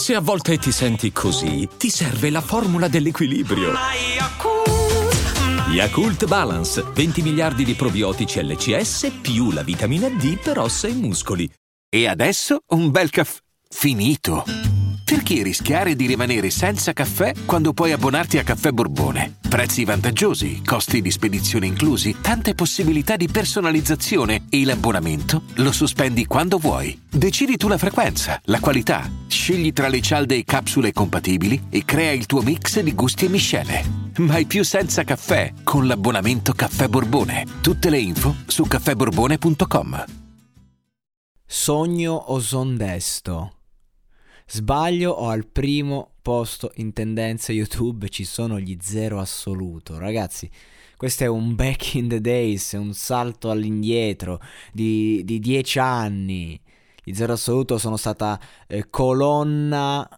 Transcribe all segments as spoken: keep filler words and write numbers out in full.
Se a volte ti senti così, ti serve la formula dell'equilibrio. Yakult Balance, venti miliardi di probiotici L C S più la vitamina D per ossa e muscoli. E adesso un bel caffè finito. Perché rischiare di rimanere senza caffè quando puoi abbonarti a Caffè Borbone? Prezzi vantaggiosi, costi di spedizione inclusi, tante possibilità di personalizzazione e l'abbonamento lo sospendi quando vuoi. Decidi tu la frequenza, la qualità, scegli tra le cialde e capsule compatibili e crea il tuo mix di gusti e miscele. Mai più senza caffè con l'abbonamento Caffè Borbone. Tutte le info su caffè borbone punto com. Sogno o son desto? Sbaglio o al primo posto in tendenze YouTube ci sono gli zero assoluto? Ragazzi, questo è un back in the days, è un salto all'indietro di, di dieci anni. Gli zero assoluto sono stata eh, colonna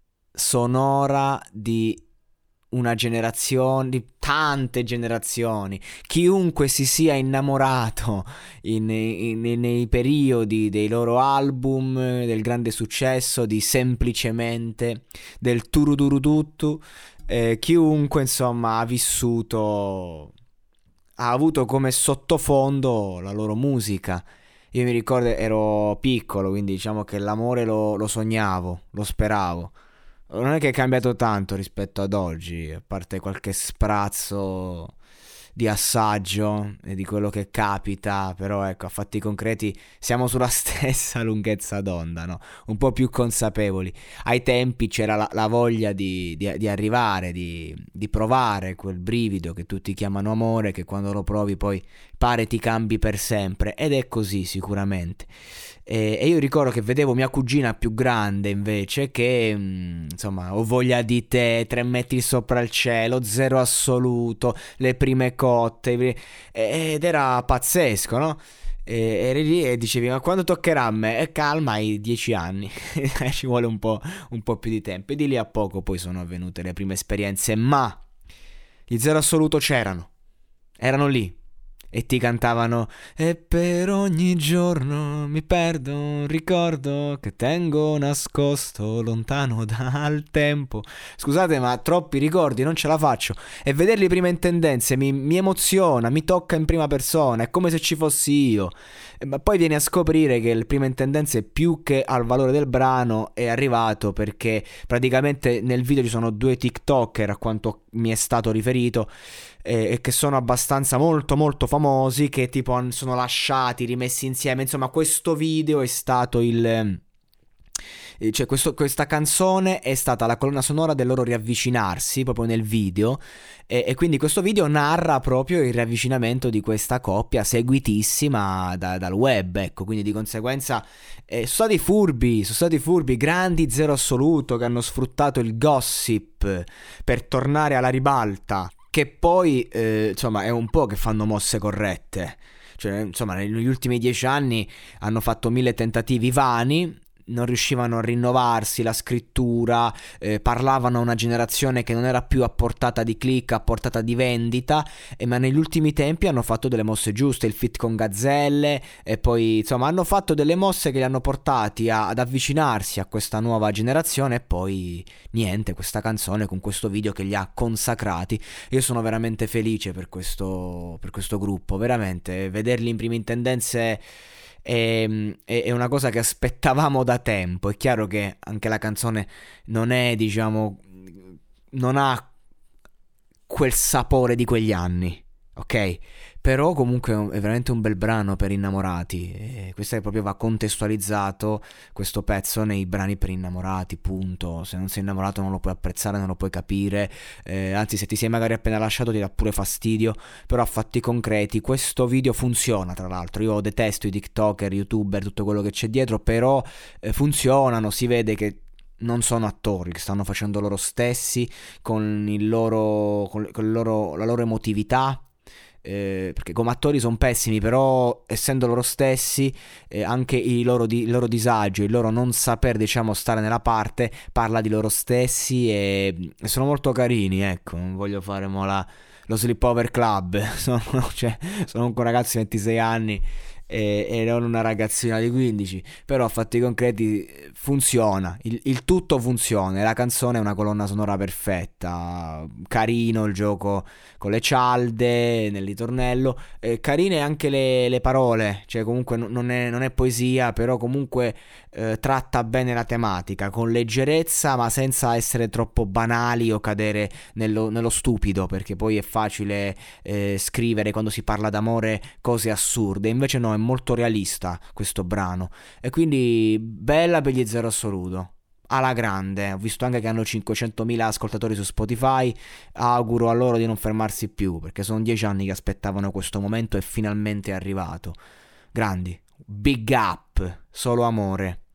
sonora di una generazione, di tante generazioni. Chiunque si sia innamorato in, in, in, nei periodi dei loro album, del grande successo, di Semplicemente, del Turuduruduttu, eh, chiunque insomma ha vissuto, ha avuto come sottofondo la loro musica. Io mi ricordo ero piccolo, quindi diciamo che l'amore lo, lo sognavo, lo speravo. Non è che è cambiato tanto rispetto ad oggi, a parte qualche sprazzo di assaggio e di quello che capita, però ecco, a fatti concreti siamo sulla stessa lunghezza d'onda, no? Un po' più consapevoli. Ai tempi c'era la, la voglia di, di, di arrivare, di, di provare quel brivido che tutti chiamano amore, che quando lo provi poi pare ti cambi per sempre, ed è così sicuramente. E io ricordo che vedevo mia cugina più grande invece che mh, insomma, Ho voglia di te, Tre metri sopra il cielo, Zero assoluto, Le prime cotte, ed era pazzesco, no? E eri lì e dicevi: ma quando toccherà a me? E calma, hai dieci anni. Ci vuole un po', un po' più di tempo. E di lì a poco poi sono avvenute le prime esperienze, ma gli zero assoluto c'erano, erano lì. E ti cantavano: e per ogni giorno mi perdo un ricordo che tengo nascosto lontano dal tempo. Scusate, ma troppi ricordi, non ce la faccio. E vederli prima in tendenze mi, mi emoziona, mi tocca in prima persona, è come se ci fossi io. Ma poi vieni a scoprire che il prima in tendenze, più che al valore del brano, è arrivato perché praticamente nel video ci sono due TikToker, a quanto mi è stato riferito, e che sono abbastanza molto molto famosi, che tipo sono lasciati, rimessi insieme. Insomma, questo video è stato il... cioè questo, questa canzone è stata la colonna sonora del loro riavvicinarsi proprio nel video, e, e quindi questo video narra proprio il riavvicinamento di questa coppia seguitissima da, dal web, ecco. Quindi di conseguenza eh, sono stati furbi, sono stati furbi, grandi zero assoluto, che hanno sfruttato il gossip per tornare alla ribalta, che poi eh, insomma è un po' che fanno mosse corrette. Cioè, insomma, negli ultimi dieci anni hanno fatto mille tentativi vani, non riuscivano a rinnovarsi, la scrittura, eh, parlavano a una generazione che non era più a portata di click, a portata di vendita, eh, ma negli ultimi tempi hanno fatto delle mosse giuste, il feat con Gazzelle, e poi insomma hanno fatto delle mosse che li hanno portati a, ad avvicinarsi a questa nuova generazione, e poi niente, questa canzone con questo video che li ha consacrati. Io sono veramente felice per questo, per questo gruppo, veramente, vederli in prime in tendenze È, è una cosa che aspettavamo da tempo. È chiaro che anche la canzone non è, diciamo, non ha quel sapore di quegli anni, ok? Però comunque è veramente un bel brano per innamorati, e questo è proprio, va contestualizzato questo pezzo nei brani per innamorati, punto. Se non sei innamorato non lo puoi apprezzare, non lo puoi capire, eh, anzi se ti sei magari appena lasciato ti dà pure fastidio. Però a fatti concreti questo video funziona. Tra l'altro io detesto i TikToker, YouTuber, tutto quello che c'è dietro, però eh, funzionano, si vede che non sono attori, che stanno facendo loro stessi, con il loro, con, con il loro, la loro emotività. Eh, perché come attori sono pessimi, però essendo loro stessi, eh, anche il loro, di, il loro disagio, il loro non saper, diciamo, stare nella parte, parla di loro stessi, e, e sono molto carini, ecco. Non voglio fare mo la, lo sleepover club. sono, cioè, sono un ragazzo di ventisei anni, e, e non una ragazzina di quindici, però a fatti concreti funziona, il, il tutto funziona, e la canzone è una colonna sonora perfetta, carino il gioco con le cialde nel ritornello, eh, carine anche le, le parole, cioè comunque non è, non è poesia, però comunque eh, tratta bene la tematica, con leggerezza ma senza essere troppo banali o cadere nello, nello stupido, perché poi è facile eh, scrivere quando si parla d'amore cose assurde, invece no, è molto realista questo brano, e quindi bella per gli Zero Assoluto, alla grande. Ho visto anche che hanno cinquecentomila ascoltatori su Spotify, auguro a loro di non fermarsi più, perché sono dieci anni che aspettavano questo momento e finalmente è arrivato. Grandi, big up, solo amore.